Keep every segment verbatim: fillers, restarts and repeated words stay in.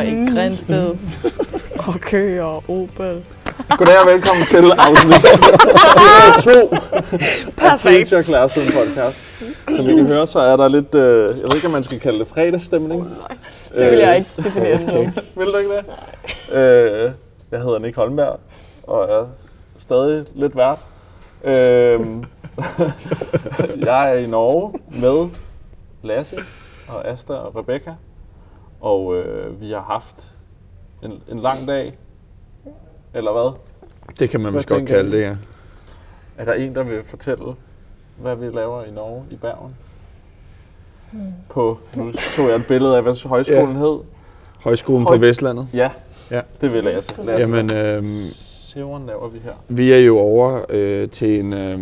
i Grænsted og Køge og Opel. Goddag og velkommen til afsnit to af Future Classroom podcast. Som I kan høre, så er der lidt, øh, jeg ved ikke, om man skal kalde det fredagsstemning. Oh, nej, det vil jeg ikke definere det som. Vil du ikke det? Øh, jeg hedder Nick Holmberg, og er stadig lidt vært. Øh, jeg er i Norge med Lasse og Asta og Rebecca, og øh, vi har haft en, en lang dag. Eller hvad? Det kan man måske godt kalde det, ja. Er der en, der vil fortælle, hvad vi laver i Norge, i Bergen? Hmm. På, nu tog jeg et billede af, hvad højskolen ja. hed. Højskolen Høj... på Vestlandet. Ja, ja. Det vil jeg altså. Jamen, øh, Severen laver vi her. Vi er jo over øh, til en, øh,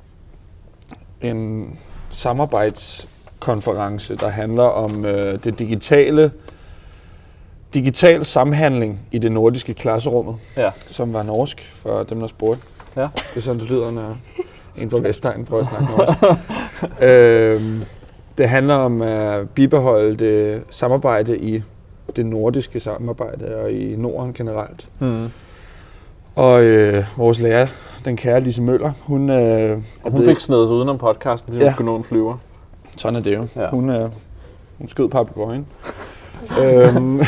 en samarbejdskonference, der handler om øh, det digitale Digital samhandling i det nordiske klasserummet, ja. Som var norsk for dem, der spurgte. Ja. Det er sådan, det lyder, når en fra Vestegnen prøver at snakke norsk. øhm, det handler om at bibeholde det samarbejde i det nordiske samarbejde og i Norden generelt. Mm. Og øh, vores lærer, den kære Lise Møller, hun... Øh, hun fik snedet sig udenom podcasten, fordi ja. hun skulle nå en flyver. Sådan er det jo. Ja. Hun, øh, hun skød papegøjen. øhm,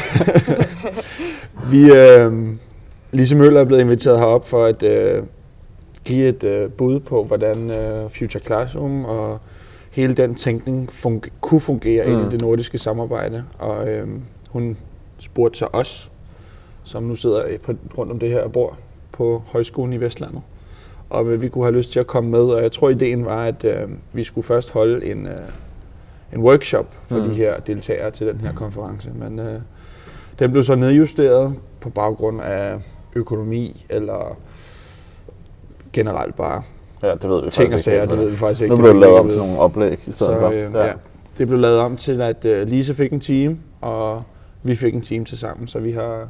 vi, øh, Lise Møller er blevet inviteret herop for at øh, give et øh, bud på, hvordan øh, Future Classroom og hele den tænkning funge- kunne fungere mm. ind i det nordiske samarbejde. Og øh, hun spurgte så os, som nu sidder på, rundt om det her bord på Højskolen i Vestlandet, og øh, vi kunne have lyst til at komme med. Og jeg tror, ideen var, at øh, vi skulle først holde en... Øh, en workshop for mm. de her deltagere til den her konference, men øh, den blev så nedjusteret på baggrund af økonomi eller generelt bare ja, det ved vi ting og sager, det ved vi faktisk ikke. Nu blev det lavet om til nogle oplæg i stedet så, for. Øh, ja. Ja, det blev lavet om til, at øh, Lise fik en time, og vi fik en time til sammen, så vi har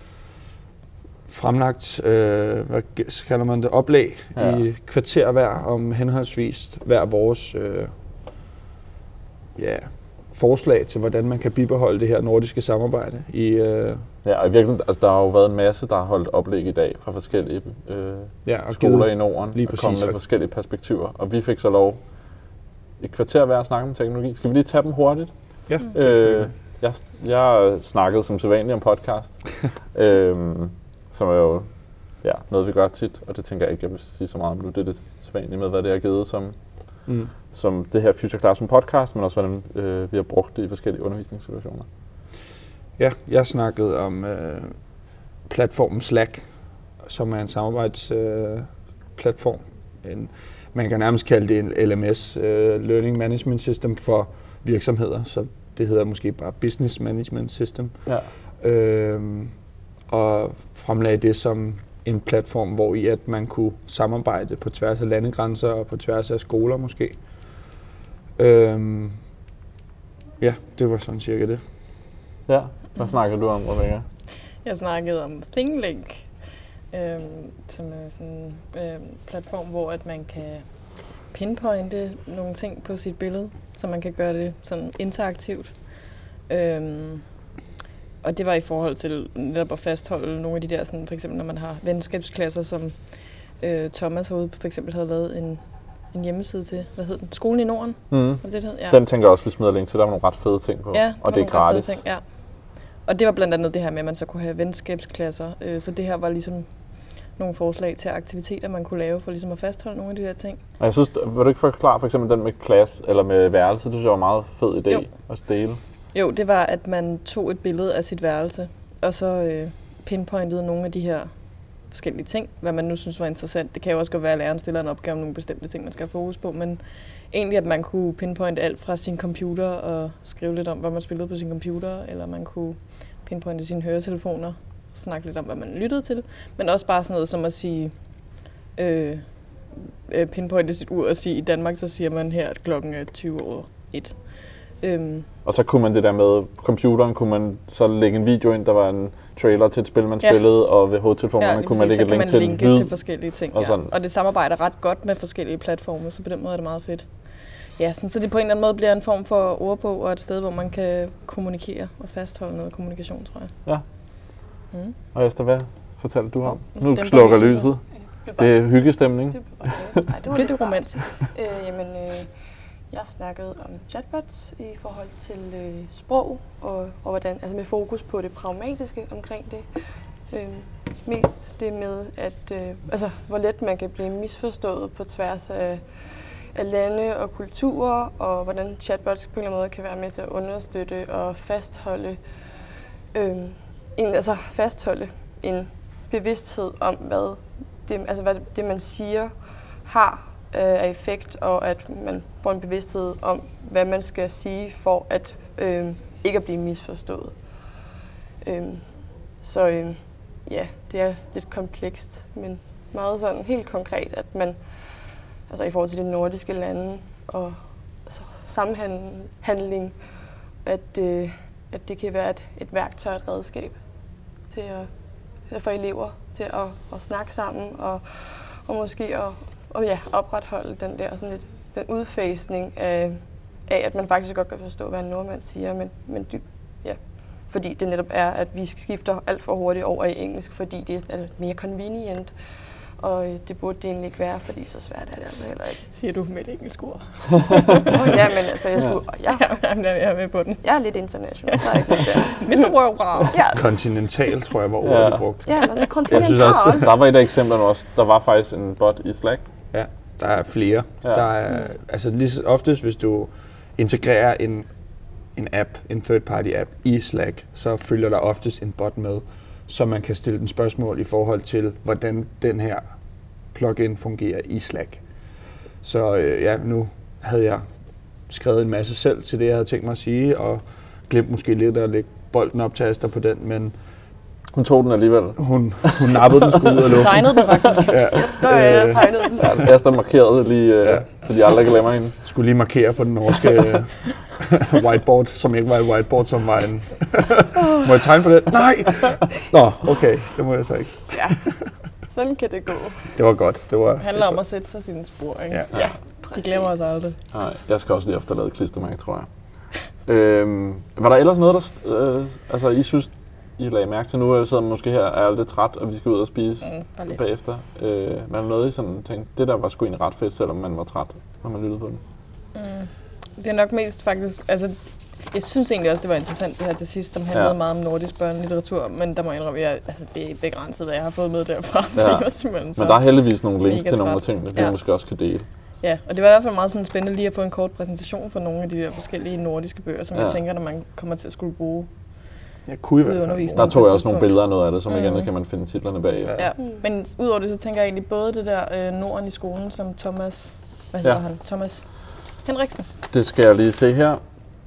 fremlagt, øh, hvad kalder man det, oplæg ja. i kvarter hver om henholdsvis hver vores øh, ja, forslag til, hvordan man kan bibeholde det her nordiske samarbejde. I, øh ja, og i virkeligheden, altså, der har jo været en masse, der har holdt oplæg i dag fra forskellige øh, ja, skoler i Norden, lige og kommet med forskellige perspektiver. Og vi fik så lov et kvarter hver at snakke om teknologi. Skal vi lige tage dem hurtigt? Ja. Øh, jeg, jeg snakkede som sædvanligt om podcast, øh, som er jo ja, noget, vi gør tit, og det tænker jeg ikke, jeg vil sige så meget om nu. Det er det sædvanlige med, hvad det har givet som... Mm. som det her Future Classroom podcast, men også hvordan øh, vi har brugt det i forskellige undervisningssituationer. Ja, jeg snakkede om øh, platformen Slack, som er en samarbejdsplatform. Øh, en, man kan nærmest kalde det en L M S, øh, Learning Management System for virksomheder, så det hedder måske bare Business Management System. Ja. Øh, og fremlagde det som en platform, hvor i at man kunne samarbejde på tværs af landegrænser og på tværs af skoler måske. Øhm, ja, det var sådan cirka det. Ja, hvad snakkede du om, Rebecca? Jeg snakkede om ThingLink, øhm, som er sådan en øhm, platform, hvor at man kan pinpointe nogle ting på sit billede, så man kan gøre det sådan interaktivt. Øhm, Og det var i forhold til netop at fastholde nogle af de der, sådan, for eksempel når man har venskabsklasser, som øh, Thomas herude for eksempel havde lavet en, en hjemmeside til, hvad hed den? Skolen i Norden? Mm. Det, det hed? Ja. Den tænker jeg også, vi smider link til. Der var nogle ret fede ting på, ja, og det er gratis. Ting, ja. Og det var blandt andet det her med, at man så kunne have venskabsklasser. Øh, så det her var ligesom nogle forslag til aktiviteter, man kunne lave for ligesom at fastholde nogle af de der ting. Og jeg synes, vil du ikke forklare for eksempel den med klasse eller med værelse? Det synes jeg var en meget fed idé jo. At dele. Jo, det var, at man tog et billede af sit værelse, og så øh, pinpointede nogle af de her forskellige ting, hvad man nu synes var interessant. Det kan jo også godt være, at læreren stiller en opgave om nogle bestemte ting, man skal have fokus på, men egentlig, at man kunne pinpointe alt fra sin computer og skrive lidt om, hvad man spillede på sin computer, eller man kunne pinpointe sine høretelefoner, snakke lidt om, hvad man lyttede til, men også bare sådan noget som at sige, øh, øh, pinpointe sit ur og sige, i Danmark så siger man her, at klokken er tyve over et. Øhm. Og så kunne man det der med computeren, kunne man så lægge en video ind, der var en trailer til et spil, man ja. spillede, og ved hovedtelefonerne ja, kunne man lægge et link til linke lyd. til forskellige ting. Og, ja. og det samarbejder ret godt med forskellige platforme, så på den måde er det meget fedt. Ja, sådan, så det på en eller anden måde bliver en form for ordbog og et sted, hvor man kan kommunikere og fastholde noget kommunikation, tror jeg. Ja. Mm. Og Esther, hvad fortæller du om? Oh, Nu dem slukker lyset. lyset. Det er hyggestemning. Det, okay. Ej, det var Bliver lidt det romantisk? Øh, jamen, øh, jeg snakkede om chatbots i forhold til øh, sprog, og, og hvordan, altså med fokus på det pragmatiske omkring det. Øh, mest det med, at øh, altså, hvor let man kan blive misforstået på tværs af, af lande og kulturer, og hvordan chatbots på en eller anden måde kan være med til at understøtte og fastholde, øh, en, altså fastholde en bevidsthed om, hvad det, altså hvad det, man siger, har øh, af effekt, og at man får en bevidsthed om, hvad man skal sige for at øh, ikke at blive misforstået. Øh, så øh, ja, det er lidt komplekst, men meget sådan helt konkret, at man, altså i forhold til de nordiske lande og altså, samhandling, at, øh, at det kan være et, et værktøj, et redskab til at, for elever til at, at snakke sammen og, og måske at og ja, opretholde den der sådan lidt, den udfasning af, af, at man faktisk godt kan forstå, hvad en nordmand siger, men, men dy, ja, fordi det netop er, at vi skifter alt for hurtigt over i engelsk, fordi det er mere convenient, og det burde det egentlig ikke være, fordi så svært er det altså heller ikke. Siger du med et engelsk ord? oh, ja, men altså, jeg skulle... Ja. Jamen, jeg er med på den. Jeg er lidt international, der er ikke noget der. mister Worldwide. Yes. Kontinental, tror jeg, var ordet, Ja. de brugte. Ja, men kontinental. Jeg synes også, der var et af eksemplerne også. Der var faktisk en bot i Slack. Ja, der er flere. Ja. Der er, altså lige så oftest, hvis du integrerer en, en app, en third-party app i Slack, så følger der oftest en bot med, så man kan stille den spørgsmål i forhold til, hvordan den her plugin fungerer i Slack. Så øh, ja, nu havde jeg skrevet en masse selv til det, jeg havde tænkt mig at sige, og glemt måske lidt at lægge bolden op til Asta på den, men Hun tog den alligevel. hun, hun nappede den sgu ud af luften. Du tegnede den faktisk. Ja, Nå, ja, jeg tegnede den. Ja, Esther markerede lige, øh, Ja. så de aldrig glemmer hende. skulle lige markere på den norske øh, whiteboard, som ikke var et whiteboard, som var en... Må jeg tegne på den? Nej! Nå, okay, det må jeg så ikke. Ja, sådan kan det gå. Det var godt. Det var Det handler om at sætte sig sine spor, ikke? Ja. Ja, De glemmer os aldrig. Nej, jeg skal også lige efterlade klistermærke, tror jeg. øhm, var der ellers noget, der... Øh, altså, I synes, I lagde mærke til nu, at jeg sidder måske her og er lidt træt, og vi skal ud og spise Mm, bare lidt. bagefter. Øh, men er der noget, I sådan tænkte, det der var sgu egentlig ret fedt, selvom man var træt, når man lyttede på den? Mm. Det er nok mest faktisk, altså jeg synes egentlig også, det var interessant det her til sidst, som handlede Ja. meget om nordisk børnelitteratur, men der må jeg indrømme, at altså, det er begrænset, hvad jeg har fået med derfra. Ja. Det var simpelthen så. Men der er heldigvis nogle links mega til nogle af træt. tingene, vi Ja. måske også kan dele. Ja, og det var i hvert fald meget sådan spændende lige at få en kort præsentation for nogle af de der forskellige nordiske bøger, som Ja. jeg tænker, når man kommer til at skulle bruge. Jeg kunne i Ude hvert fald. undervisning. Der på tog et jeg også nogle tidspunkt. billeder af noget af det, som igen Mhm. kan man finde titlerne bagefter. Ja, Mm. men udover det, så tænker jeg egentlig både det der øh, Norden i skolen, som Thomas, hvad hedder Ja. han? Thomas Henriksen. Det skal jeg lige se her.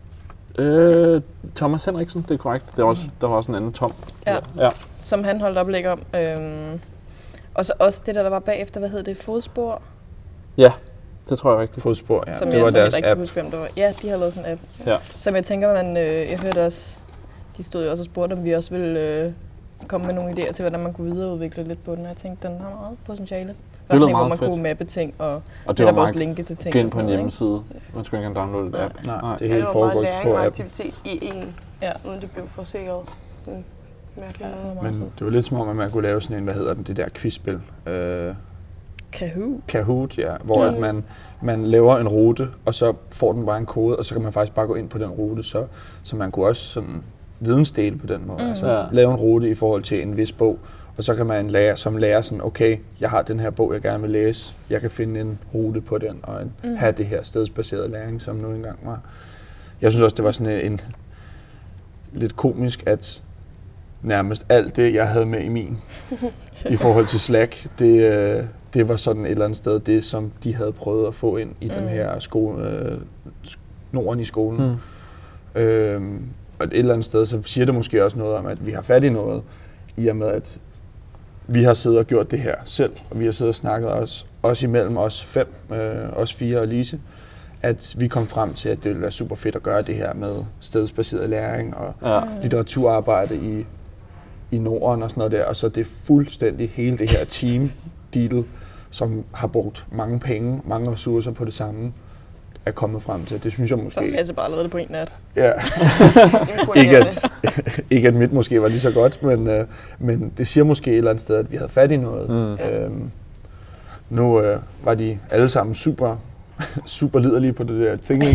Øh, Thomas Henriksen, det er korrekt. Der var også, der var også en anden Tom. Ja. ja. Som han holdt oplæg om. Øhm, og så også det der, der var bagefter, hvad hed det? Fodspor? Ja, det tror jeg er rigtigt. Fodspor, ja. Som Det jeg var så deres ikke app. kan huske, hvem det var. Ja, de har lavet sådan en app. Ja. Som jeg tænker, man, øh, jeg hørte også, de stod jo også og spurgte, om vi også ville øh, komme med nogle idéer til, hvordan man kunne videreudvikle lidt på den. Og jeg tænkte, den har meget potentiale. Det lyder hvor meget man fedt. kunne mappe ting og, Og det netop var også meget linke til ting. gå ind og på en sådan noget, hjemmeside. Man skulle ikke engang downloade et app. Nej, Nej. det Ja, hele det var meget foregår læring på og app. aktivitet i en, ikke? Ja. uden det blev forseret. Sådan en mærkelig Ja, måde. det var meget Men sødt. det var lidt som om, at man kunne lave sådan en, hvad hedder den, det der quizspil. Øh, Kahoot. Kahoot, ja. Hvor at man, man laver en rute, og så får den bare en kode, og så kan man faktisk bare gå ind på den rute. Så, så man kunne også sådan vidensdele på den måde. Mm. Altså Ja. lave en rute i forhold til en vis bog. Og så kan man lære, som lærer sådan, okay, jeg har den her bog, jeg gerne vil læse. Jeg kan finde en rute på den, og en, Mm. have det her stedsbaserede læring, som nu engang var. Jeg synes også, det var sådan en, en lidt komisk, at nærmest alt det, jeg havde med i min, i forhold til Slack, det, øh, det var sådan et eller andet sted, det som de havde prøvet at få ind i mm. den her skole, øh, Norden i skolen. Mm. Øhm, og et eller andet sted, så siger det måske også noget om, at vi har fat i noget, i og med, at vi har siddet og gjort det her selv, og vi har siddet og snakket os, også imellem os fem, øh, os fire og Lise, at vi kom frem til, at det ville være super fedt at gøre det her med stedsbaseret læring og Ja. litteraturarbejde i, i Norden og sådan noget der, og så det er fuldstændig hele det her team deal, som har brugt mange penge, mange ressourcer på det samme, er kommet frem til. Det synes jeg måske... Så har Lasse bare lavet det på en nat. Ja. ikke, at, ikke at mit måske var lige så godt, men, øh, men det siger måske et eller andet sted, at vi havde fat i noget. Mm. Øhm, nu øh, var de alle sammen super, super liderlige på det der Thingling.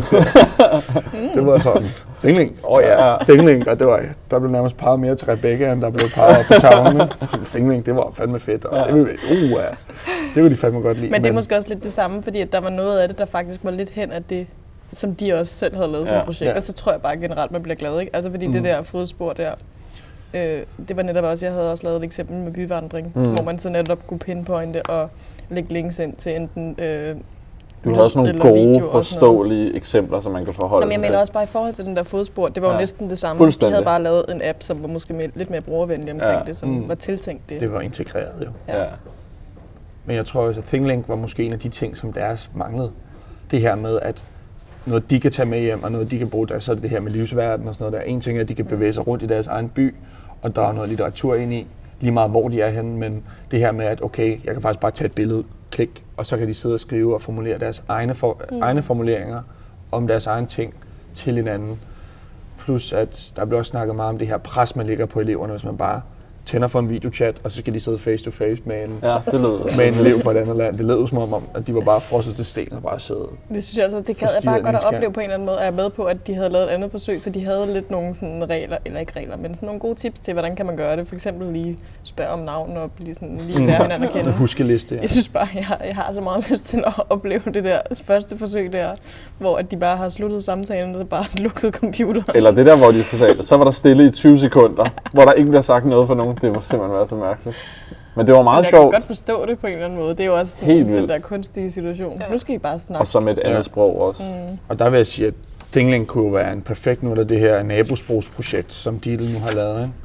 Det var sådan, Thingling, åh oh ja, Thingling, og det var, der blev nærmest peget mere til Rebecca, end der blev peget på tavlen. Thingling, det var fandme fedt, og det, uh, ja, det ville de fandme godt lide. Men det er måske også lidt det samme, fordi at der var noget af det, der faktisk var lidt hen af det, som de også selv havde lavet ja. som projekt, ja. og så tror jeg bare generelt, man bliver glad, ikke? Altså fordi mm. det der fodspor der, øh, det var netop også, jeg havde også lavet et eksempel med byvandring, mm. hvor man så netop kunne pinpointe og lægge links ind til enten øh, du havde også nogle gode, forståelige eksempler, som man kan forholde sig til. Jeg mener også bare i forhold til den der fodspor, det var ja. jo næsten det samme. De havde bare lavet en app, som var måske mere, lidt mere brugervenlig omkring ja. det, som mm. var tiltænkt det. Det var integreret jo. Ja. Ja. Men jeg tror også, at Thinglink var måske en af de ting, som deres manglede. Det her med, at noget de kan tage med hjem, og noget de kan bruge der, så er det det her med livsverden og sådan noget der. En ting er, at de kan bevæge sig rundt i deres egen by, og drage noget litteratur ind i, lige meget hvor de er henne, men det her med, at okay, jeg kan faktisk bare tage et billede, klik, og så kan de sidde og skrive og formulere deres egne, for, mm. egne formuleringer om deres egen ting til hinanden. Plus at der bliver også snakket meget om det her pres, man lægger på eleverne, hvis man bare tænder for en videochat, og så skal de sidde face to face med en, ja, det lød. med en elev fra et andet land. Det lød som om, at de var bare frosset til sten og bare sidde. Det synes jeg altså, det gad jeg bare godt at opleve på en eller anden måde. Jeg er med på, at de havde lavet et andet forsøg, så de havde lidt nogle sådan regler, eller ikke regler, men sådan nogle gode tips til, hvordan kan man gøre det. For eksempel lige spørge om navn og lige, sådan, lige lære hinanden at kende. En huskeliste, ja. Jeg synes bare, jeg har, jeg har så meget lyst til at opleve det der første forsøg der, hvor at de bare har sluttet samtalen og bare lukket computeren. Eller det der, hvor de så sagde, så var der stille i tyve sekunder, hvor der ikke bliver sagt noget for nogen. Det var simpelthen været så mærkeligt. Men det var meget jeg sjovt. Jeg kan godt forstå det på en eller anden måde. Det er jo også sådan, den der kunstige situation. Ja. Nu skal I bare snakke. Og som et andet ja. sprog også. Mm. Og der vil jeg sige, at Thingling kunne være en perfekt nu af det her nabosprogsprojekt, som Diddle nu har lavet. Ikke?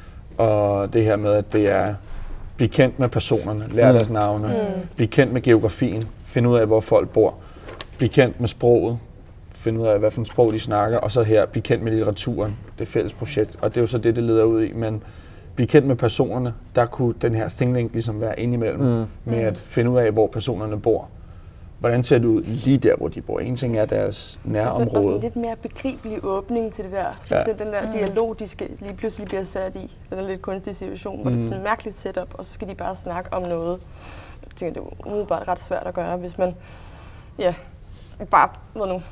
Og det her med, at det er blive kendt med personerne, lære mm. deres navne, mm. blive kendt med geografien, finde ud af, hvor folk bor, blive kendt med sproget, finde ud af, hvad for en sprog de snakker, og så her blive kendt med litteraturen, det fælles projekt. Og det er jo så det, det leder ud i. Men blive kendt med personerne, der kunne den her Thinglink ligesom være indimellem mm. med at finde ud af, hvor personerne bor. Hvordan ser det ud lige der, hvor de bor? En ting er deres nærområde. Altså også en lidt mere begribelig åbning til det der. Sådan ja. den, den der mm. dialog, de skal lige pludselig bliver sat i. Den er lidt kunstig situation, hvor mm. det er sådan et mærkeligt setup, og så skal de bare snakke om noget. Jeg tænker, det er umiddelbart ret svært at gøre, hvis man ja, bare ved nu,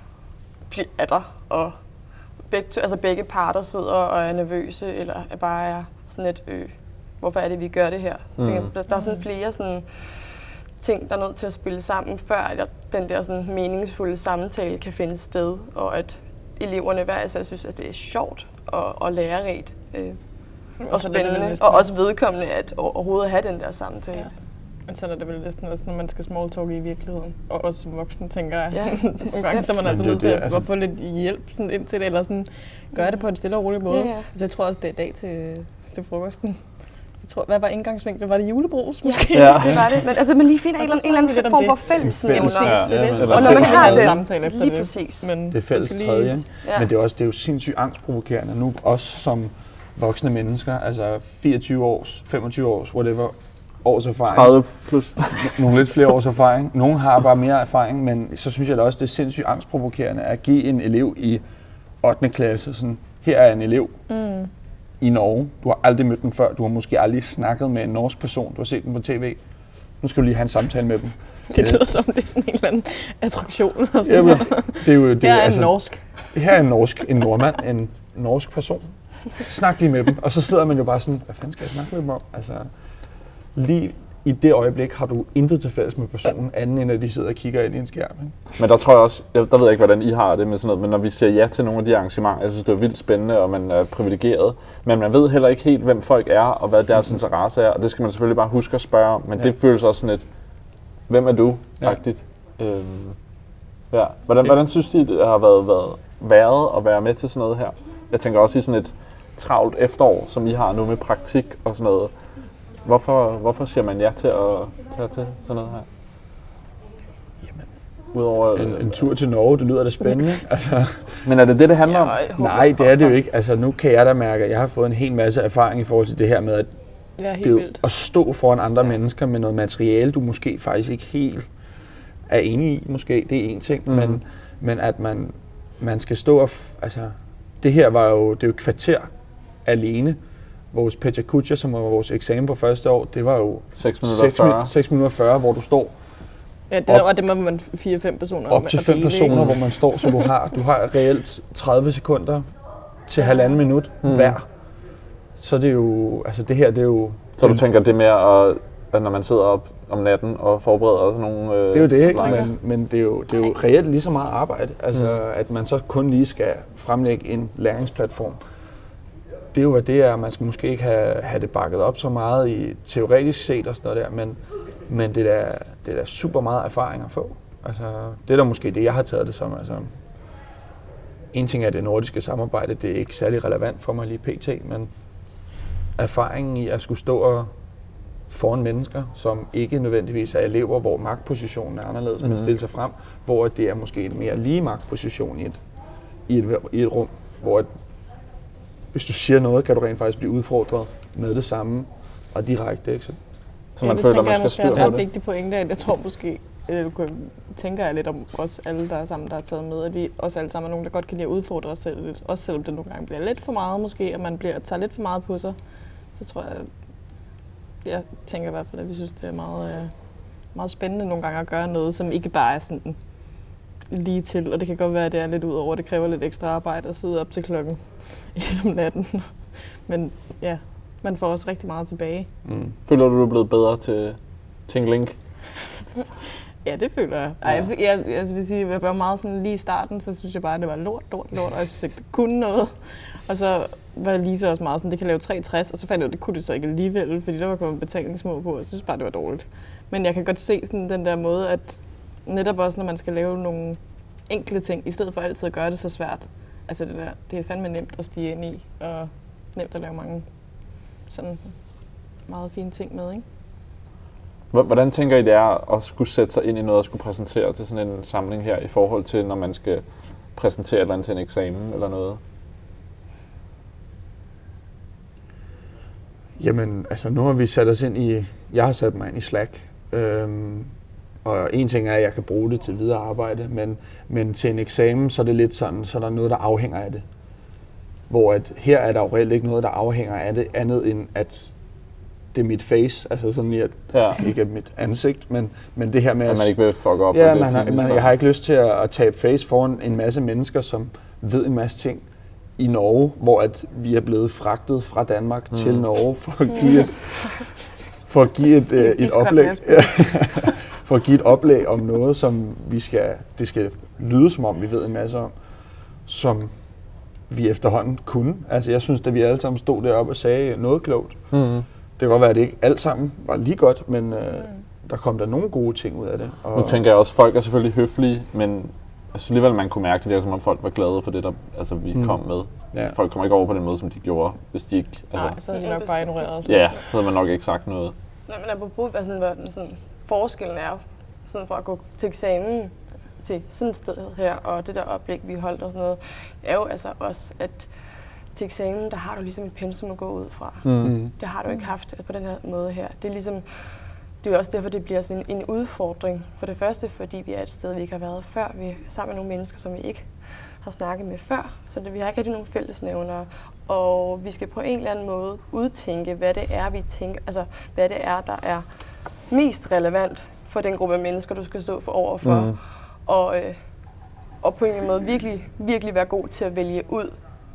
er der, og begge, altså begge parter sidder og er nervøse, eller er bare er sådan et, øh, hvorfor er det, vi gør det her? Så tænker, mm. der, der er sådan flere sådan ting, der er nødt til at spille sammen, før at den der sådan meningsfulde samtale kan finde sted, og at eleverne hver især synes, at det er sjovt og, og lærerigt øh, og spændende, og også vedkommende at overhovedet have den der samtale. Ja. Men så er det vel næsten også, når man skal smalltalke i virkeligheden, og også som voksen, tænker jeg. Ja, nogle gange så er man altså nødt til at altså få lidt hjælp sådan ind til det, eller sådan gøre det på en stille og rolig måde. Ja, ja. Altså, jeg tror også, det er i dag til, til frokosten. Jeg tror, hvad var indgangsvinklet? Var det julebrus måske? Ja, det var det. Men altså, man lige finder en eller anden form for fællesnævner. Ja, ja, ja, og når man har den, samtale efter lige det. præcis. Men det er fælles tredje, ja. Men det er også det er jo sindssygt angstprovokerende nu, også som voksne mennesker, altså fireogtyve års, femogtyve års, whatever, års erfaring. tredive plus. Nogle lidt flere års erfaring. Nogle har bare mere erfaring, men så synes jeg da også, det er sindssygt angstprovokerende at give en elev i ottende klasse sådan, her er en elev mm. i Norge. Du har aldrig mødt den før. Du har måske aldrig snakket med en norsk person. Du har set den på tv. Nu skal du lige have en samtale med dem. Det lyder som, det er sådan en eller anden attraktion. Og sådan ja, det er jo, det her er altså, en norsk. Her er en norsk, en nordmand, en norsk person. Snak lige med dem. Og så sidder man jo bare sådan, hvad fanden skal jeg snakke med dem om? Altså, lige i det øjeblik har du intet til fælles med personen, anden end at de sidder og kigger ind i en skærm. Ikke? Men der tror jeg også, jeg, der ved jeg ikke, hvordan I har det med sådan noget, men når vi siger ja til nogle af de arrangementer, jeg synes, det er vildt spændende, og man er privilegeret, men man ved heller ikke helt, hvem folk er, og hvad deres mm-hmm. interesse er, og det skal man selvfølgelig bare huske at spørge om, men ja. det føles også sådan et, hvem er du, agtigt. Ja. Øhm, ja. Hvordan, hvordan synes I, det har været, været, været at være med til sådan noget her? Jeg tænker også i sådan et travlt efterår, som I har nu med praktik og sådan noget. Hvorfor, hvorfor siger man ja til at tage til sådan noget her? Jamen, udover en, en tur til Norge, det lyder da spændende. Altså, men er det det, det handler om? Ja, nej, det er det jo ikke. Altså, nu kan jeg da mærke, at jeg har fået en hel masse erfaring i forhold til det her med, at, ja, det jo, at stå foran andre ja. mennesker med noget materiale, du måske faktisk ikke helt er enig i, måske. Det er en ting, mm. men, men at man, man skal stå og, f- altså, det her var jo, det er jo et kvarter alene. Vores Pecha Kucha, som var vores eksamen på første år, det var jo seks minutter seks minutter fyrre, hvor du står. Ja, det var det med, man fire fem personer. Op til fem personer, ikke? Hvor man står, så du har, du har reelt tredive sekunder til ja. halvanden minut mm. hver. Så det er jo, altså det her, det er jo... Så du tænker det med, at, at når man sidder op om natten og forbereder sådan nogle... Øh, det er jo det, ikke? Men, men det er jo, det er jo reelt lige så meget arbejde. Altså, mm. at man så kun lige skal fremlægge en læringsplatform. Det er jo, hvad det er. Man skal måske ikke have, have det bakket op så meget i teoretisk set og sådan noget der, men, men det er det er super meget erfaring at få. Altså, det er da måske det, jeg har taget det som. Altså, en ting er det nordiske samarbejde, det er ikke særlig relevant for mig lige pt, men erfaringen i at skulle stå og foran mennesker, som ikke nødvendigvis er elever, hvor magtpositionen er anderledes, mm-hmm. men stille sig frem, hvor det er måske en mere lige magtposition i et, i et, i et rum, hvor et, hvis du siger noget, kan du rent faktisk blive udfordret med det samme og direkte, ikke? Så, så man ja, føler, man skal styre på det. Det er en ret vigtig pointe, at jeg tror måske, du tænker jeg lidt om os alle, der er sammen, der er taget med, at vi også alle sammen er nogen, der godt kan lide at udfordre os selv lidt. Også selvom det nogle gange bliver lidt for meget måske, og man bliver, tager lidt for meget på sig, så tror jeg, jeg tænker i hvert fald, at vi synes, det er meget, meget spændende nogle gange at gøre noget, som ikke bare er sådan lige til. Og det kan godt være, at det er lidt ud over, det kræver lidt ekstra arbejde at sidde op til klokken et om natten. Men ja, man får også rigtig meget tilbage. Mm. Føler du, du er blevet bedre til ThinkLink? Ja, det føler jeg. Ej, jeg, jeg, jeg vil sige, jeg var meget sådan lige i starten, så synes jeg bare, at det var lort, lort, lort, og jeg synes ikke, det kunne noget. Og så var Lisa også meget sådan, det kan lave tre tres, og så fandt jeg, at det kunne det så ikke alligevel, fordi der var kommet betalingsmål på, og jeg synes bare, det var dårligt. Men jeg kan godt se sådan den der måde, at netop også, når man skal lave nogle enkle ting, i stedet for altid at gøre det så svært. Altså det der, det er fandme nemt at stige ind i, og nemt at lave mange sådan meget fine ting med, ikke? Hvordan tænker I, det er at skulle sætte sig ind i noget og skulle præsentere til sådan en samling her, i forhold til, når man skal præsentere et eller andet til en eksamen eller noget? Jamen, altså nu har vi sat os ind i, jeg har sat mig ind i Slack, øhm, og en ting er, at jeg kan bruge det til videre arbejde, men, men til en eksamen, så er det lidt sådan, så er der noget, der afhænger af det. Hvor at her er der jo reelt ikke noget, der afhænger af det, andet end at det er mit face, altså sådan at, ja. Ikke mit ansigt, men, men det her med at... At man ikke vil fuck op. Ja, man har, man, jeg har ikke lyst til at, at tabe face foran en masse mennesker, som ved en masse ting i Norge, hvor at vi er blevet fragtet fra Danmark mm. til Norge for at give et, for at give et, et, et oplæg. For at give et oplæg om noget, som vi skal, det skal lyde som om, vi ved en masse om, som vi efterhånden kunne. Altså jeg synes, at vi alle sammen stod deroppe og sagde noget klogt. Mm. Det kan godt være, at det ikke alt sammen var lige godt, men øh, der kom der nogle gode ting ud af det. Og nu tænker jeg også, at folk er selvfølgelig høflige, men jeg synes alligevel, man kunne mærke, det virker som om folk var glade for det, der altså, vi mm. kom med. Ja. Folk kommer ikke over på den måde, som de gjorde, hvis de ikke... Altså, nej, så havde de nok bare ignoreret. Ja, så havde man nok ikke sagt noget. Nej, men apropos, hvad sådan, hvad sådan, forskellen er sådan for at gå til eksamen, altså, til sådan et sted her, og det der oplæg, vi holdt og sådan noget, er jo altså også, at til eksamen, der har du ligesom et pensum at gå ud fra. Mm. Det har du ikke haft på den her måde her. Det er ligesom, det er jo også derfor, det bliver sådan en, en udfordring. For det første, fordi vi er et sted, vi ikke har været før. Vi er sammen med nogle mennesker, som vi ikke har snakket med før. Så det, vi har ikke rigtig nogen fællesnævnere. Og vi skal på en eller anden måde udtænke, hvad det er, vi tænker, altså hvad det er, der er mest relevant for den gruppe af mennesker, du skal stå for overfor. Mm. Og, øh, og på en eller anden måde virkelig, virkelig være god til at vælge ud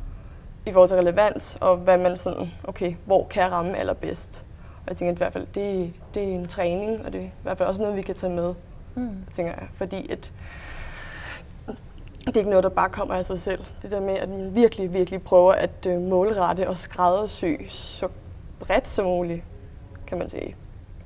i forhold til relevans, og hvad man sådan, okay, hvor kan jeg ramme allerbedst? Og jeg tænker i hvert fald, det, det er en træning, og det er i hvert fald også noget, vi kan tage med, mm. tænker jeg, fordi at det er ikke noget, der bare kommer af sig selv. Det der med, at man virkelig, virkelig prøver at uh, målrette og skræddersy så bredt som muligt, kan man sige.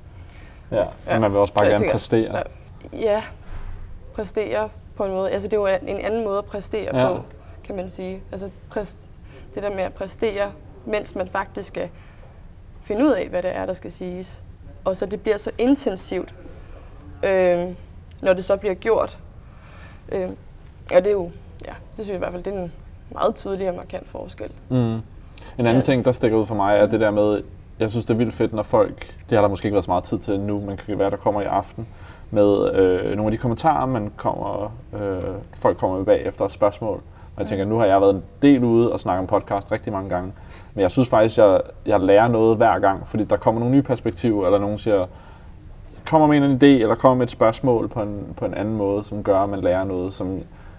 Ja, ja. Man vil også bare gerne tænker, præstere. Ja, præstere på en måde. Altså det er jo en anden måde at præstere ja. på, kan man sige. Altså præst, det der med at præstere, mens man faktisk skal finde ud af, hvad det er, der skal siges. Og så det bliver så intensivt, øh, når det så bliver gjort. Øh, og det er jo, ja, det synes jeg i hvert fald, det er en meget tydelig og markant forskel. Mm. En anden ja. ting, der stikker ud for mig, er det der med jeg synes, det er vildt fedt, når folk, det har der måske ikke været så meget tid til nu, men kan være, der kommer i aften, med øh, nogle af de kommentarer, man kommer, øh, folk kommer med bagefter og spørgsmål. Og jeg tænker, nu har jeg været en del ude og snakket om podcast rigtig mange gange, men jeg synes faktisk, jeg, jeg lærer noget hver gang, fordi der kommer nogle nye perspektiver, eller nogen siger, kommer med en idé, eller kommer med et spørgsmål på en, på en anden måde, som gør, at man lærer noget, som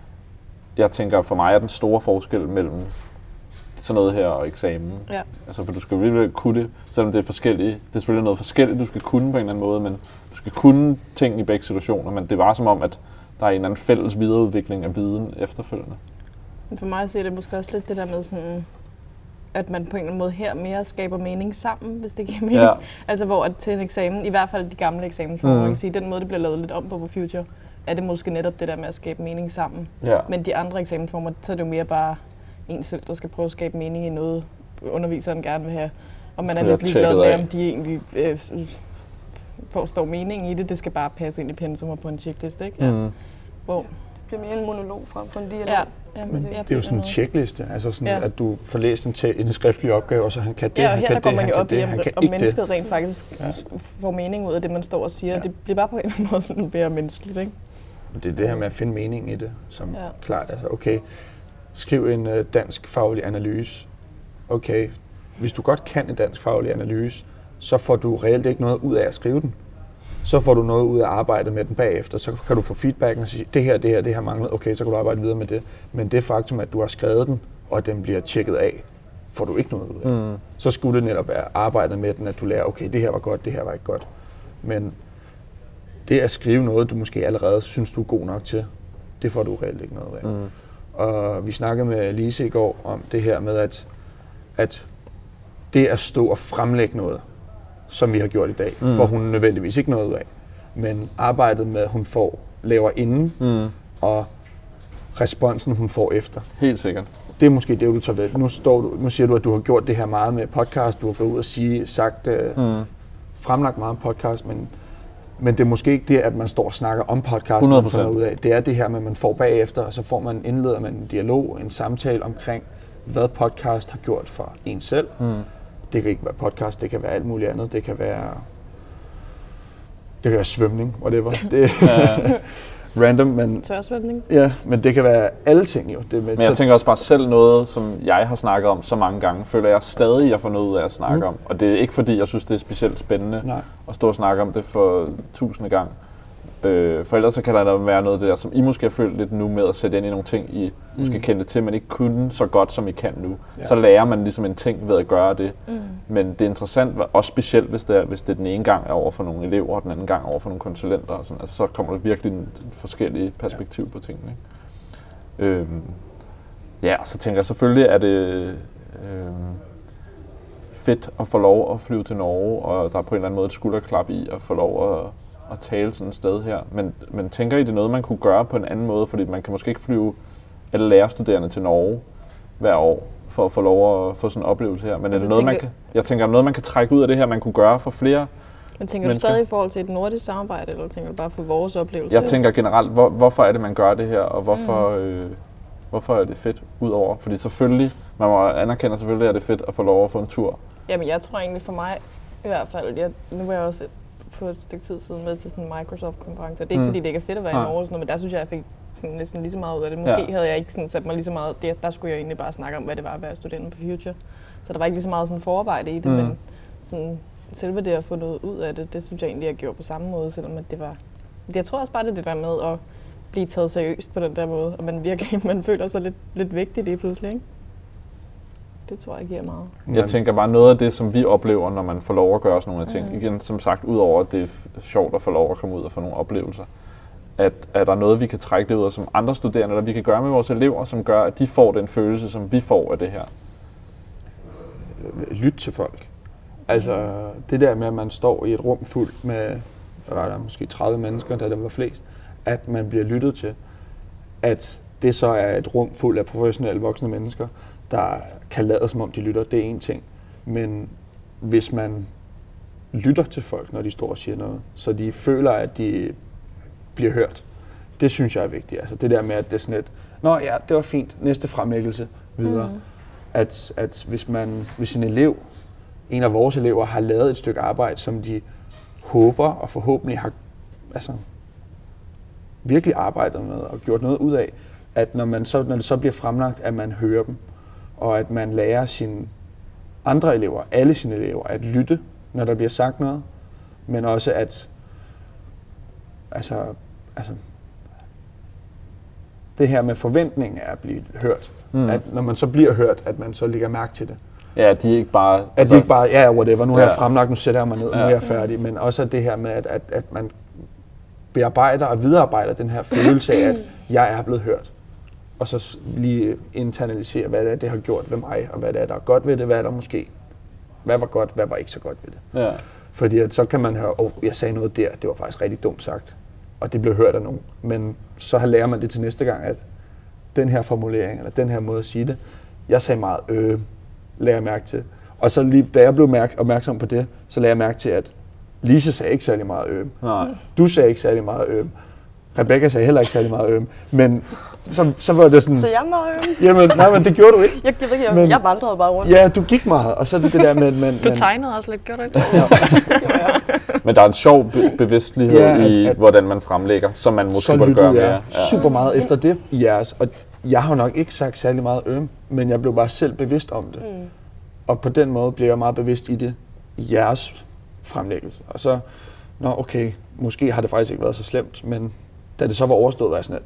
jeg tænker, for mig er den store forskel mellem sådan noget her og eksamen. Ja. Altså, for du skal virkelig kunne det, selvom det er forskelligt. Det er selvfølgelig noget forskelligt, du skal kunne på en eller anden måde, men du skal kunne ting i begge situationer, men det var som om, at der er en eller anden fælles videreudvikling af viden efterfølgende. Men for mig ser det måske også lidt det der med sådan, at man på en eller anden måde her mere skaber mening sammen, hvis det giver mening. Ja. Altså hvor at til en eksamen, i hvert fald de gamle eksamensformer, mm. kan sige, den måde det bliver lavet lidt om på på Future, er det måske netop det der med at skabe mening sammen. Ja. Men de andre eksamensformer, så er det jo mere bare en selv, der skal prøve at skabe mening i noget, underviseren gerne vil have. Og man er lidt ligeglad med, om de egentlig øh, forstår mening i det. Det skal bare passe ind i pensum og på en checkliste, ikke? Ja. Mm. Hvor det bliver mere en monolog frem for en dialog. Ja. Ja, men det, det er jo sådan en checkliste, altså sådan, ja. At du får læst en, te- en skriftlig opgave, og så han kan det, ja, han kan det, han kan det, han kan ikke det. Og mennesket rent faktisk ja. får mening ud af det, man står og siger. Ja. Det bliver bare på en eller anden måde sådan mere menneskeligt, ikke? Det er det her med at finde mening i det, som ja. klart, altså okay, skriv en uh, dansk faglig analyse. Okay, hvis du godt kan en dansk faglig analyse, så får du reelt ikke noget ud af at skrive den. Så får du noget ud af at arbejde med den bagefter. Så kan du få feedback og sige, det her, det her, det her mangler. Okay, så kan du arbejde videre med det. Men det faktum, at du har skrevet den, og at den bliver tjekket af, får du ikke noget ud af. Mm. Så skulle det netop være arbejdet med den, at du lærer, okay, det her var godt, det her var ikke godt. Men det at skrive noget, du måske allerede synes, du er god nok til, det får du reelt ikke noget af. Mm. Og vi snakkede med Lise i går om det her med, at, at det at stå og fremlægge noget, som vi har gjort i dag, mm. får hun nødvendigvis ikke noget ud af. Men arbejdet med, at hun får, laver inden, mm. og responsen, hun får efter. Helt sikkert. Det er måske det, du tager ved. Nu, står du, nu siger du, at du har gjort det her meget med podcast, du har gået ud og sige, sagt, mm. fremlagt meget om podcast, men, men det er måske ikke det, at man står og snakker om podcast, man får noget ud af. Det er det her med, at man får bagefter, og så får man indleder med en dialog, en samtale omkring, hvad podcast har gjort for en selv. Mm. Det kan ikke være podcast, det kan være alt muligt andet. Det kan være, det kan være svømning, whatever. Det er random, men tørsvømning. Ja, men det kan være alle ting jo. Det med, men jeg så tænker også bare selv noget, som jeg har snakket om så mange gange, føler jeg stadig, jeg får noget ud af at snakke mm. om. Og det er ikke fordi, jeg synes, det er specielt spændende Nej. at stå og snakke om det for tusinde gang. Øh, for ellers så kan der være noget der, som I måske har følt lidt nu med at sætte ind i nogle ting, I mm. måske kendte til, men ikke kunne så godt, som I kan nu. Ja. Så lærer man ligesom en ting ved at gøre det. Mm. Men det er interessant, også specielt hvis det, er, hvis det den ene gang er over for nogle elever, og den anden gang over for nogle konsulenter. Og sådan. Altså, så kommer der virkelig en forskellige perspektiv ja. på tingene. Ikke? Øhm, ja, så tænker jeg selvfølgelig, er det øhm, fedt at få lov at flyve til Norge, og der er på en eller anden måde et skulderklap i at få lov at at tale sådan et sted her. Men, men tænker I, det er noget, man kunne gøre på en anden måde? Fordi man kan måske ikke flyve alle lærerstuderende til Norge hver år, for at få lov at få sådan en oplevelse her. Men altså, er det noget, tænker, man kan, jeg tænker, er det noget, man kan trække ud af det her, man kunne gøre for flere Men tænker mennesker? Du stadig i forhold til et nordisk samarbejde, eller tænker du bare for vores oplevelse? Jeg tænker generelt, hvor, hvorfor er det, man gør det her, og hvorfor, mm. øh, hvorfor er det fedt udover? Fordi selvfølgelig, man må anerkende selvfølgelig, at det er fedt at få lov at få en tur. Jamen, jeg tror egentlig for mig, i hvert fald, jeg, nu var jeg også for et stykke tid siden med til sådan en Microsoft-konference. Det er ikke, mm. fordi det ikke er fedt at være i Norge, sådan, men der synes jeg, jeg fik sådan næsten lige så meget ud af det. Måske ja. havde jeg ikke sådan sat mig lige så meget, der, der skulle jeg egentlig bare snakke om, hvad det var at være student på Future. Så der var ikke lige så meget sådan forarbejde i det, mm. men sådan, selve det at få noget ud af det, det synes jeg egentlig, jeg gjorde på samme måde, selvom at det var... Jeg tror også bare, det er det der med at blive taget seriøst på den der måde, og man virkelig man føler sig lidt, lidt vigtig lige pludselig, ikke? Det tror jeg giver meget. Jeg tænker bare noget af det, som vi oplever, når man får lov at gøre sådan nogle ting. Mm. Igen, som sagt, udover at det er sjovt at få lov at komme ud og få nogle oplevelser. At er der noget, vi kan trække det ud af som andre studerende, eller vi kan gøre med vores elever, som gør, at de får den følelse, som vi får af det her? Lyt til folk. Altså det der med, at man står i et rum fuldt med, hvad var der, måske tredive mennesker, da der var flest, at man bliver lyttet til. At det så er et rum fuldt af professionelle voksne mennesker, der kan lade som om de lytter, det er en ting. Men hvis man lytter til folk, når de står og siger noget, så de føler, at de bliver hørt, det synes jeg er vigtigt. Altså det der med, at det er sådan et, nå ja, det var fint, næste fremlæggelse videre. Mm. At, at hvis, man, hvis en elev en af vores elever har lavet et stykke arbejde, som de håber og forhåbentlig har altså, virkelig arbejdet med og gjort noget ud af, at når, man så, når det så bliver fremlagt, at man hører dem, og at man lærer sine andre elever, alle sine elever, at lytte, når der bliver sagt noget, men også at altså, altså det her med forventning er at blive hørt. Mm. At når man så bliver hørt, at man så lægger mærke til det. Ja, de er ikke bare... At altså, de ikke bare, ja, whatever, nu har ja. jeg fremlagt, nu sætter jeg mig ned, ja. nu er jeg færdig. Men også det her med, at, at, at man bearbejder og viderearbejder den her følelse af, at jeg er blevet hørt. Og så lige internalisere, hvad det er, det har gjort ved mig, og hvad det er, der er godt ved det, hvad er der måske... Hvad var godt, hvad var ikke så godt ved det. Ja. Fordi at så kan man høre, åh, oh, jeg sagde noget der, det var faktisk rigtig dumt sagt. Og det blev hørt af nogen. Men så lærer man det til næste gang, at den her formulering, eller den her måde at sige det, jeg sagde meget øh, lagde jeg mærke til. Og så lige, da jeg blev mærke, opmærksom på det, så lagde jeg mærke til, at Lise sagde ikke særlig meget øm. Nej. Du sagde ikke særlig meget øm. Rebecca sagde heller ikke særlig meget øm. Men så, så var det sådan... Så jeg er meget øm? Jamen, nej, men det gjorde du ikke. Jeg, jeg, jeg, men, jeg vandrede bare rundt. Ja, du gik meget, og så det der med... Men, du tegnede også lidt, gjorde du ikke? Ja. Men der er en sjov be- bevidstlighed ja, at, i, at, hvordan man fremlægger, som man måske burde gøre mere. Ja. Super meget efter det i jeres. Og jeg har nok ikke sagt særlig meget øm, men jeg blev bare selv bevidst om det. Mm. Og på den måde blev jeg meget bevidst i det, i jeres fremlæggelse. Og så, nå okay, måske har det faktisk ikke været så slemt, men da det så var overstået, var jeg sådan, at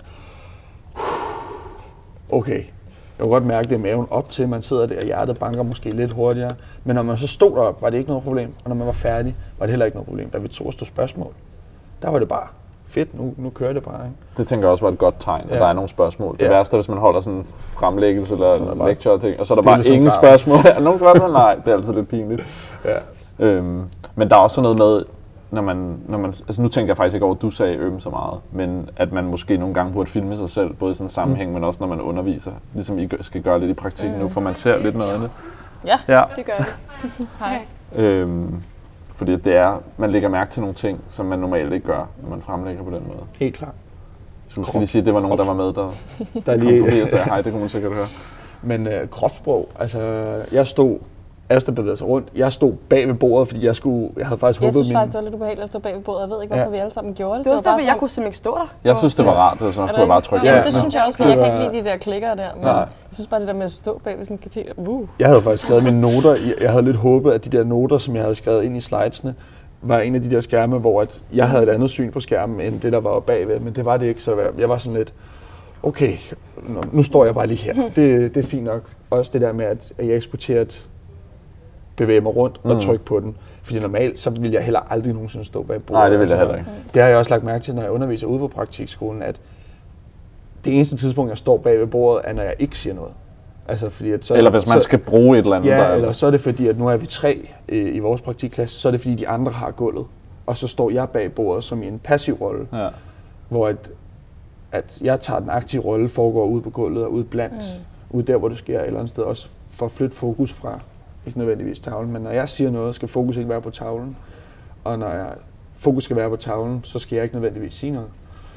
okay, jeg kunne godt mærke det i maven op til, man sidder der, og hjertet banker måske lidt hurtigere. Men når man så stod derop, var det ikke noget problem, og når man var færdig, var det heller ikke noget problem. Da vi tog stod spørgsmål, der var det bare fedt, nu, nu kører det bare. Ikke? Det tænker jeg også var et godt tegn, at ja. der er nogle spørgsmål. Det ja. værste er, hvis man holder sådan en fremlæggelse eller en lecture og ting, og så er der bare ingen spørgsmål. Er nogle spørgsmål? Nej, det er altid lidt pinligt. Ja. Øhm, men der er også sådan noget med, når man, når man, altså nu tænker jeg faktisk ikke over, at du sagde øm så meget, men at man måske nogle gange burde filme sig selv, både i sådan en sammenhæng, mm. men også når man underviser, ligesom I skal gøre lidt i praktik mm. nu, for man ser lidt noget af det. Ja, ja. det gør vi. Hej. Øhm, fordi det er, man lægger mærke til nogle ting, som man normalt ikke gør, når man fremlægger på den måde. Helt klart. Så måske lige sige, at det var nogen, der var med, der, der lige kom forbi og sagde, hej, det kunne man sikkert høre. Men øh, kropssprog, altså jeg stod, Asta bevægede sig rundt, jeg stod bag ved bordet, fordi jeg skulle, jeg havde faktisk håbet min... Jeg synes faktisk, det var lidt ubehageligt at stå bag ved bordet, jeg ved ikke, hvorfor ja. vi alle sammen gjorde det. Det var, det var derfor, jeg kunne simpelthen ikke stå der. Jeg synes, det var rart, så skulle jeg bare trykke. Ja, det synes jeg også, for jeg kan ikke lide de der klikker der, men jeg synes bare det der med at stå bag ved sådan en kateter. Uh. Jeg havde faktisk skrevet mine noter, jeg havde lidt håbet, at de der noter, som jeg havde skrevet ind i slidesene, var en af de der skærme, hvor at jeg havde et andet syn på skærmen, end det, der var bagved, men det var det ikke, så jeg var sådan lidt, okay, nu står jeg bare lige her, det, det er fint nok. Også det der med, at jeg eksporteret bevæge mig rundt og trykke på den. Fordi normalt, så vil jeg heller aldrig nogensinde stå bag bordet. Nej, det vil jeg heller ikke. Det har jeg også lagt mærke til, når jeg underviser ude på praktikskolen, at det eneste tidspunkt, jeg står bag ved bordet, er, når jeg ikke siger noget. Altså, fordi at så, eller hvis man så, skal bruge et eller andet. Ja, der eller så er det fordi, at nu er vi tre øh, i vores praktikklasse, så er det fordi, de andre har gulvet. Og så står jeg bag bordet som i en passiv rolle. Ja. Hvor at, at jeg tager den aktive rolle, foregår ude på gulvet og ude blandt, mm. ude der, hvor det sker et eller andet sted, også for at flytte fokus fra, ikke nødvendigvis tavlen, men når jeg siger noget, skal fokus ikke være på tavlen. Og når jeg, fokus skal være på tavlen, så skal jeg ikke nødvendigvis sige noget.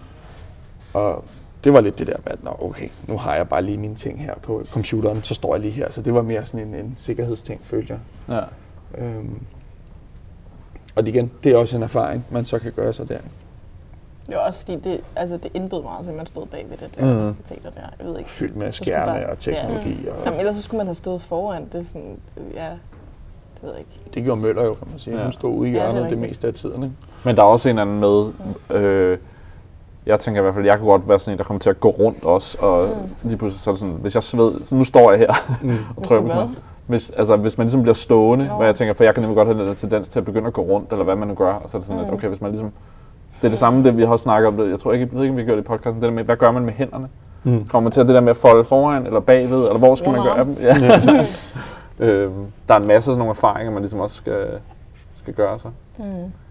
Og det var lidt det der med, at nå, okay, nu har jeg bare lige mine ting her på computeren, så står jeg lige her. Så det var mere sådan en, en sikkerhedsting, følte jeg. Ja. Øhm, og igen, det er også en erfaring, man så kan gøre sig der. Det var også fordi, det, altså, det indbød meget, at man stod bag ved det der mm. kateter der. Jeg ved ikke. Fyldt med skærme bare, og teknologi. Ja. Og jamen, ellers så skulle man have stået foran det sådan, ja, det ved jeg ikke. Det gjorde Møller jo, kan man sige. Ja. Hun stod ude i hjørnet ja, det, det meste af tiden. Ikke? Men der er også en anden med, mm. øh, jeg tænker i hvert fald, jeg kunne godt være sådan en, der kommer til at gå rundt også, og mm. lige pludselig så er det sådan, hvis jeg sved, så nu står jeg her mm. og trykker på mig. Hvis, altså, hvis man ligesom bliver stående, jo. Hvor jeg tænker, for jeg kan nemlig godt have den tendens til at begynde at gå rundt, eller hvad man nu gør, og så er det sådan, mm. at okay, hvis man ligesom, det er det samme, det vi har snakket om, det. Jeg tror ikke, jeg ved ikke, om vi har gjort det i podcasten, det der med, hvad gør man med hænderne? Mm. Kommer man til at det der med at folde foran, eller bagved, eller hvor skal wow. man gøre dem? Ja. øhm, der er en masse af sådan nogle erfaringer, man ligesom også skal, skal gøre sig. Mm.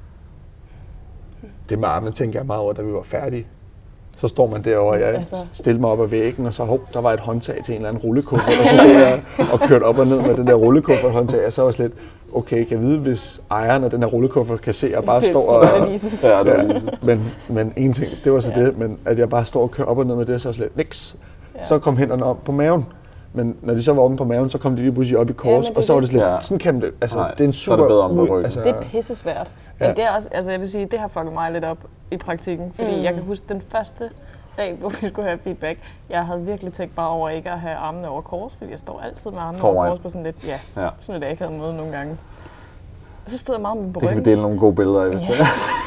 Det med armene tænker jeg meget over, da vi var færdige. Så står man derovre, og jeg altså. stillede mig op ad væggen, og så hov, der var et håndtag til en eller anden rullekuffert, og så stod jeg og kørte op og ned med den der rullekuffert håndtag, og så var jeg slet, okay, kan jeg vide, hvis ejeren af den her rullekuffert kan se, at jeg bare står og... Ja, ja, men, men en ting, det var så ja. det, men at jeg bare står og kører op og ned med det, så var jeg slet, niks. Ja. Så kom hænderne op på maven. Men når de så var oppe på maven, så kom de lige pludselig op i kors, ja, og så var det slet ja. sådan kan det. Altså, Nej, det er en super... så er det bedre om på ryggen. Altså, det er pissesvært. Men ja. det er også, altså jeg vil sige, det har fucket mig lidt op i praktikken. Fordi mm. jeg kan huske den første dag, hvor vi skulle have feedback. Jeg havde virkelig tænkt bare over ikke at have armene over kors, fordi jeg står altid med armene over kors på sådan lidt, ja, ja. sådan lidt akavet måde nogle gange. Og så stod jeg meget med på ryggen. Det kan vi dele nogle gode billeder af, hvis ja.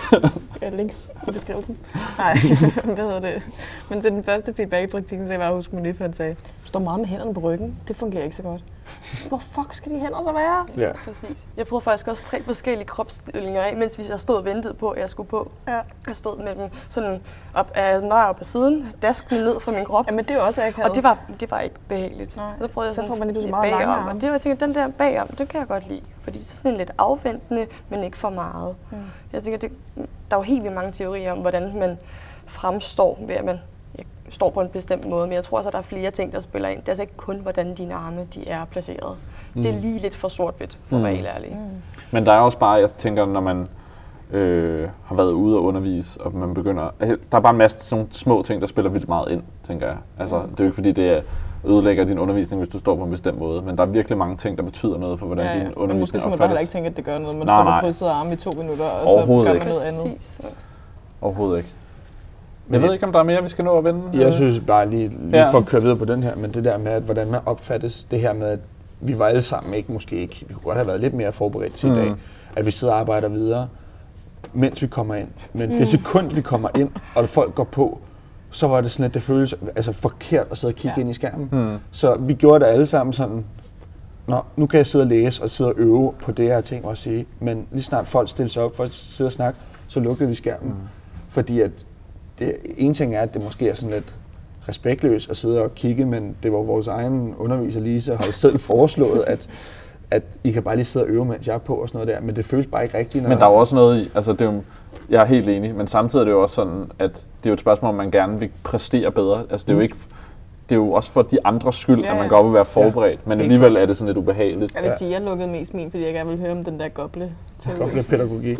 det er. Links i beskrivelsen. Nej, hvad hedder det? Men til den første feedback i praktikken, så jeg bare huske, at han sagde, du står meget med hænderne på ryggen, det fungerer ikke så godt. Hvor fuck skal de hænder så være? Ja. Præcis. Jeg prøvede faktisk også tre forskellige kropsstillinger af, mens jeg stod og ventede på, at jeg skulle på. Ja. Jeg stod med dem sådan op, øh, nøje op på siden, daskende ned fra min krop. Ja, men det er jo også akavet. Og det var, det var ikke behageligt. Nej. Så prøvede jeg sådan så får man lige pludselig meget lange arme. Og det var, jeg tænkte, den der bagom, det kan jeg godt lide. Fordi det er sådan lidt afventende, men ikke for meget. Mm. Jeg tænker, det, der er jo helt vildt mange teorier om, hvordan man fremstår ved, at man står på en bestemt måde, men jeg tror også, at der er flere ting, der spiller ind. Det er altså ikke kun, hvordan dine arme de er placeret. Mm. Det er lige lidt for sort-hvidt, for at være helt ærlig. Mm. Men der er også bare, jeg tænker, når man øh, har været ude og undervise, og man begynder... Der er bare en masse sådan små ting, der spiller vildt meget ind, tænker jeg. Altså, mm. det er jo ikke fordi, det ødelægger din undervisning, hvis du står på en bestemt måde, men der er virkelig mange ting, der betyder noget for, hvordan ja, ja. din undervisning opfattes. Men måske skal man bare heller ikke tænke, at det gør noget. Man nej, står på krydsede arme i to minutter, og så gør man noget andet. Præcis. Overhovedet ikke. Jeg ved ikke, om der er mere, vi skal nå at vende. Jeg synes bare lige, lige ja. for at køre videre på den her, men det der med, at, hvordan man opfattes, det her med, at vi var alle sammen ikke, måske ikke, vi kunne godt have været lidt mere forberedt til mm. i dag, at vi sidder og arbejder videre, mens vi kommer ind. Men mm. det sekund, vi kommer ind, og folk går på, så var det sådan, at det føles altså, forkert at sidde og kigge ja. ind i skærmen. Mm. Så vi gjorde det alle sammen sådan, nå, nu kan jeg sidde og læse og sidde og øve på det, jeg har tænkt mig at sige, men lige snart folk stiller sig op for at sidde og snakke, så lukkede vi skærmen. Mm. Fordi at det, en ting er, at det måske er sådan lidt respektløst at sidde og kigge, men det var vores egen underviser Lise, har selv foreslået, at, at I kan bare lige sidde og øve, mens jeg er på og sådan noget der, men det føles bare ikke rigtigt. Når men der er jo også noget i, altså det er jo, jeg er helt enig, men samtidig er det jo også sådan, at det er jo et spørgsmål, om man gerne vil præstere bedre. Altså det er jo ikke, det er jo også for de andres skyld, ja, ja. at man godt vil være forberedt, ja. men alligevel er det sådan lidt ubehageligt. Jeg vil sige, at jeg lukkede mest min, fordi jeg gerne ville høre om den der goble. Goble-pædagogik.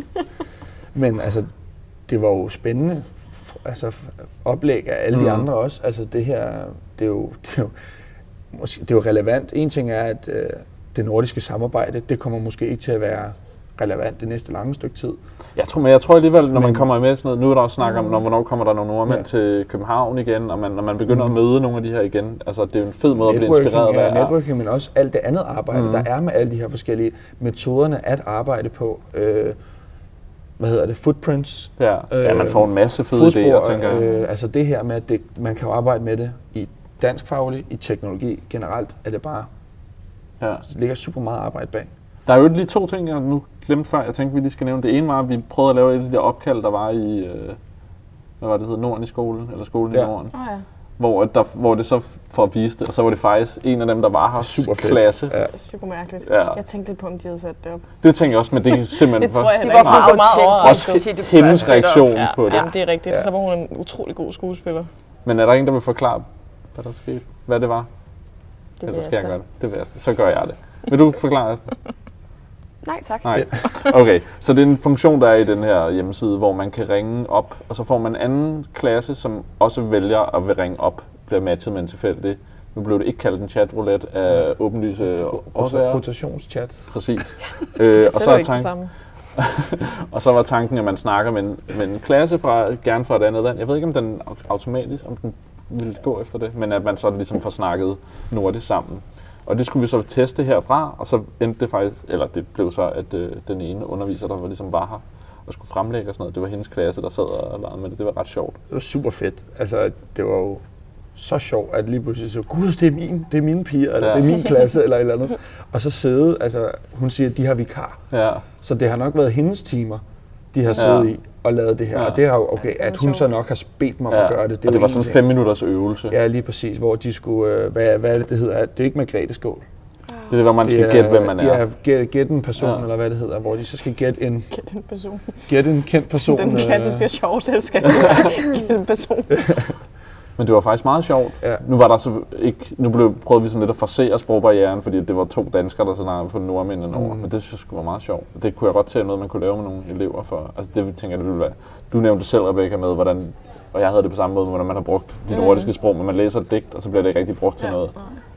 Men altså, det var jo spændende. Altså oplæg af alle mm. de andre også. Altså det her, det er jo, det er jo, måske, det er jo relevant. En ting er, at øh, det nordiske samarbejde, det kommer måske ikke til at være relevant det næste lange stykke tid. Jeg tror, men jeg tror alligevel, når men, man kommer med sådan noget, nu er der også snak om, når, hvornår kommer der nogle nordmænd ja. til København igen, og man, når man begynder mm. at møde nogle af de her igen. Altså det er jo en fed måde at blive inspireret af. Ja, networking, men også alt det andet arbejde, mm. der er med alle de her forskellige metoderne at arbejde på. Øh, hvad hedder det, footprints. Ja, øh, ja man får en masse fede idéer, tænker jeg. Øh, altså det her med, at det, man kan jo arbejde med det i danskfagligt, i teknologi generelt, er det bare, ja. det ligger super meget arbejde bag. Der er jo lige to ting, jeg nu glemte før, jeg tænkte, vi lige skal nævne. Det ene var, at vi prøvede at lave et af de der opkald, der var i, øh, hvad var det, hed Norden i skolen, eller skolen ja. i Norden. Oh, ja. Hvor, der, hvor det så, for at vise det, og så var det faktisk en af dem, der var her, super klasse. Ja. Super mærkeligt. Ja. Jeg tænkte lidt på, om de havde sat det op. Det tænkte jeg også, men det er simpelthen det tror jeg det var for meget autentisk. Også hendes reaktion ja. på det. Jamen, det er rigtigt. Ja. Så var hun en utrolig god skuespiller. Men er der ingen, der vil forklare, hvad der skete? Hvad det var? Det Eller skal jeg gøre det? Det vil jeg. Så gør jeg det. Vil du forklare, Asta? Nej, tak. Nej. Okay, så det er en funktion, der er i den her hjemmeside, hvor man kan ringe op, og så får man en anden klasse, som også vælger at vil ringe op, bliver matchet med en tilfældig. Nu blev det ikke kaldt en chatroulette af åbenlyse årsager. Rotationschat. Præcis. øh, og, så er tanken, og så var tanken, at man snakker med en, med en klasse, fra, gerne fra et andet land. Jeg ved ikke, om den automatisk, om den ville gå efter det, men at man så ligesom får snakket nordisk sammen. Og det skulle vi så teste herfra, og så endte det faktisk, eller det blev så, at øh, den ene underviser, der var, ligesom var her og skulle fremlægge og sådan noget, det var hendes klasse, der sad og lavede med det. Det var ret sjovt. Det var super fedt. Altså, det var jo så sjovt, at lige pludselig så, gud, det er, min, det er mine piger, eller ja. det er min klasse, eller et eller andet. Og så sidde, altså, hun siger, at de har vikar. Ja. Så det har nok været hendes timer, de har siddet ja. i og lavet det her. Ja. Og det har jo, okay, at hun så nok har bedt mig om ja. at gøre det. Det og det var sådan en fem minutters øvelse. Ja, lige præcis, hvor de skulle, øh, hvad, hvad er det, det hedder? Det er ikke Margrethe Skål. Det er, hvor man skal gætte, hvem man er. Ja, gætte get en person, ja. eller hvad det hedder, hvor de så skal gætte en... Gætte en person. Gætte en kendt person. Den klassiske sjove selskab. Gætte en person. Men det var faktisk meget sjovt. Ja. Nu var der så ikke, nu blev, prøvede vi sådan lidt at forsere sprogbarrieren, fordi det var to danskere, der snakkede for nordmændene over. Mm. Men det synes jeg var meget sjovt. Det kunne jeg godt se noget, man kunne lave med nogle elever for. Altså det tænker jeg, det ville være. Du nævnte selv, Rebecca, med hvordan, og jeg havde det på samme måde, hvordan man har brugt de nordiske sprog, men man læser et digt, og så bliver det ikke rigtig brugt til ja. noget.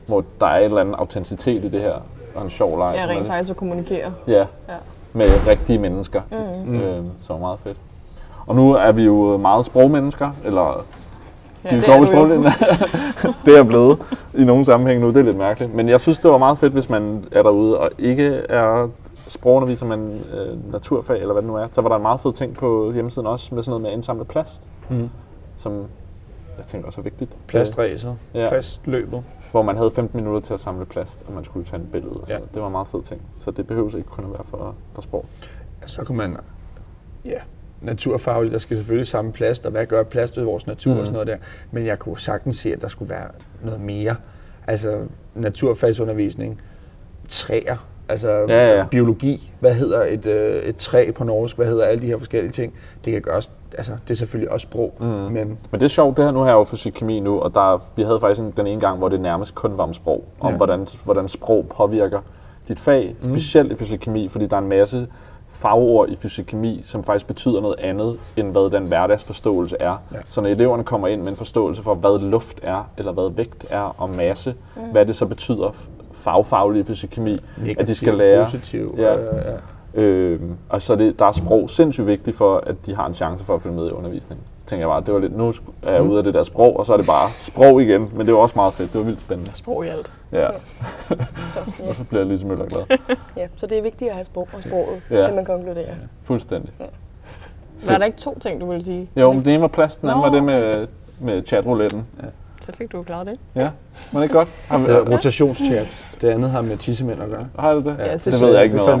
hvor der er en eller anden autenticitet i det her, og en sjov leg. Ja, rent faktisk at kommunikere. Ja, ja, med rigtige mennesker, mm. øh, som er meget fedt. Og nu er vi jo meget sprogmennesker, eller ja, de det, er sprog, det er blevet i nogle sammenhæng nu, det er lidt mærkeligt. Men jeg synes, det var meget fedt, hvis man er derude og ikke er sprogunderviser, men øh, naturfag, eller hvad det nu er. Så var der en meget fed ting på hjemmesiden også, med sådan noget med at indsamle plast, mm. som jeg tænker også er vigtigt. Plastræset, ja. Plastløbet. Hvor man havde femten minutter til at samle plast, og man skulle tage et billede. Og sådan. Ja. Det var en meget fed ting. Så det behøver ikke kun at være for, for sprog. Ja, så kan man, ja, naturfagligt, der skal selvfølgelig samle plast, og hvad gør plast ved vores natur mm. og sådan noget der. Men jeg kunne sagtens se, at der skulle være noget mere. Altså naturfagsundervisning, træer, altså ja, ja. biologi, hvad hedder et, øh, et træ på norsk, hvad hedder alle de her forskellige ting. Det kan gøres, altså det er selvfølgelig også sprog. Mm. Men, men det er sjovt, det her nu her er jo fysik-kemi nu, og der, vi havde faktisk en, den ene gang, hvor det nærmest kun var om sprog, om ja. hvordan, hvordan sprog påvirker dit fag, mm. specielt i fysik-kemi, fordi der er en masse fagord i fysik-kemi, som faktisk betyder noget andet, end hvad den hverdagsforståelse er. Ja. Så når eleverne kommer ind med en forståelse for, hvad luft er, eller hvad vægt er, og masse, mm. hvad det så betyder fagfaglig fysik-kemi, at de skal lære. Positiv, ja. ja, ja. Øh, og så det, der er sprog sindssygt vigtigt for, at de har en chance for at følge med i undervisningen. Så tænker jeg bare, det var lidt, nu er jeg ude af det der sprog, og så er det bare sprog igen, men det var også meget fedt, det var vildt spændende. Sprog i alt. Ja. Så, ja. Og så bliver jeg Lise Møller glad. Ja, så det er vigtigt at have sprog og sproget, ja. det man konkluderer. Ja. Fuldstændig. Ja. Var der ikke to ting, du ville sige? Jo, men den ene var plasten, den anden var det med, med chatrouletten. Ja. Så fik du klaret det. Ja, men det er godt. Har vi, det er rotationschat. Det andet har med tissemænd at gøre. Har det det? Ja, det, det ved jeg ikke noget om.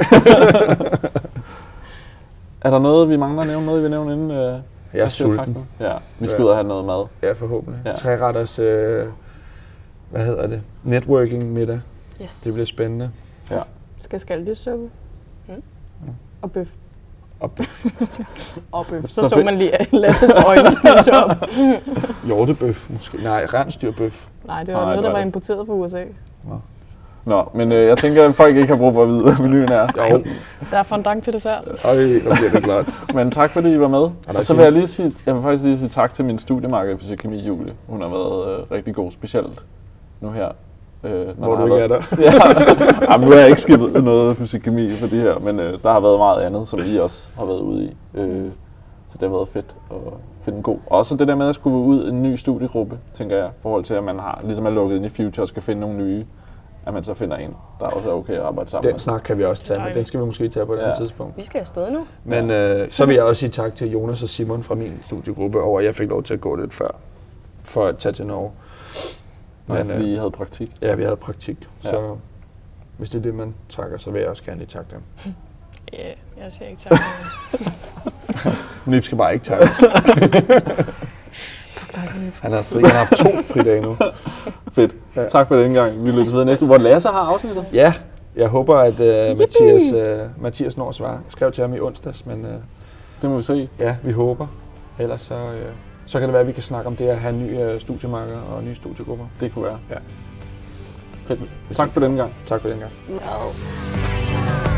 Er der noget, vi mangler at nævne? Noget, vi nævne inden? Øh, jeg er sulten. Ja, vi skal ja. ud og have noget mad. Ja, forhåbentlig. Ja. Treretters, øh, hvad hedder det? Networking middag. Yes. Det bliver spændende. Ja. Skal skaldyrssuppe. Mm. Mm. Og bøf. Og bøf. og bøf. Så så, så man lige Lasses øjne lyse op. Hjortebøf måske. Nej, rensdyrbøf. Nej, det var Nej, noget, der var importeret fra U S A. Nå, Nå men øh, jeg tænker, at folk ikke har brug for at vide, hvad menuen er. Jo. Der er fondant til dessert. Øj, der bliver det klart. Men tak, fordi I var med. Og så vil jeg lige sige, jeg vil faktisk lige sige tak til min studiemarker i fysik-kemi, Julie. Hun har været øh, rigtig god, specielt nu her. Øh, Hvor du ikke er der. ja, jamen, nu har jeg ikke skibet noget fysik-kemi for det her, men øh, der har været meget andet, som I også har været ude i. Øh, så det har været fedt at finde en god. Også det der med at skulle ud i en ny studiegruppe, tænker jeg, i forhold til at man har, ligesom er lukket ind i Future og skal finde nogle nye, at man så finder en, der også er okay at arbejde sammen den med. Den snak kan vi også tage, men den skal vi måske tage på et ja. andet tidspunkt. Vi skal afsted nu. Men øh, så vil jeg også sige tak til Jonas og Simon fra min studiegruppe, over at jeg fik lov til at gå lidt før, for at tage til Norge. Men, ja, fordi I havde praktik? Ja, vi havde praktik. Ja. Så hvis det er det, man takker, så vil jeg også gerne lige takke dem. Ja, yeah, jeg siger ikke tak. Nip skal bare ikke takkes. Tak dig, Nip. Han har, fri, han har haft to fridage nu. Fedt. Ja. Tak for den gang. Vi løber videre næste uge, hvor Lasse har afsnittet. Ja, jeg håber, at uh, Mathias, uh, Mathias når svar. Jeg skrev til ham i onsdags, men... Uh, det må vi se. Ja, vi håber. Ellers så... Uh, Så kan det være, at vi kan snakke om det at have nye studiemarker og nye studiegrupper. Det kunne være. Ja. Fedt. Tak for den gang. Tak for den gang. Ja.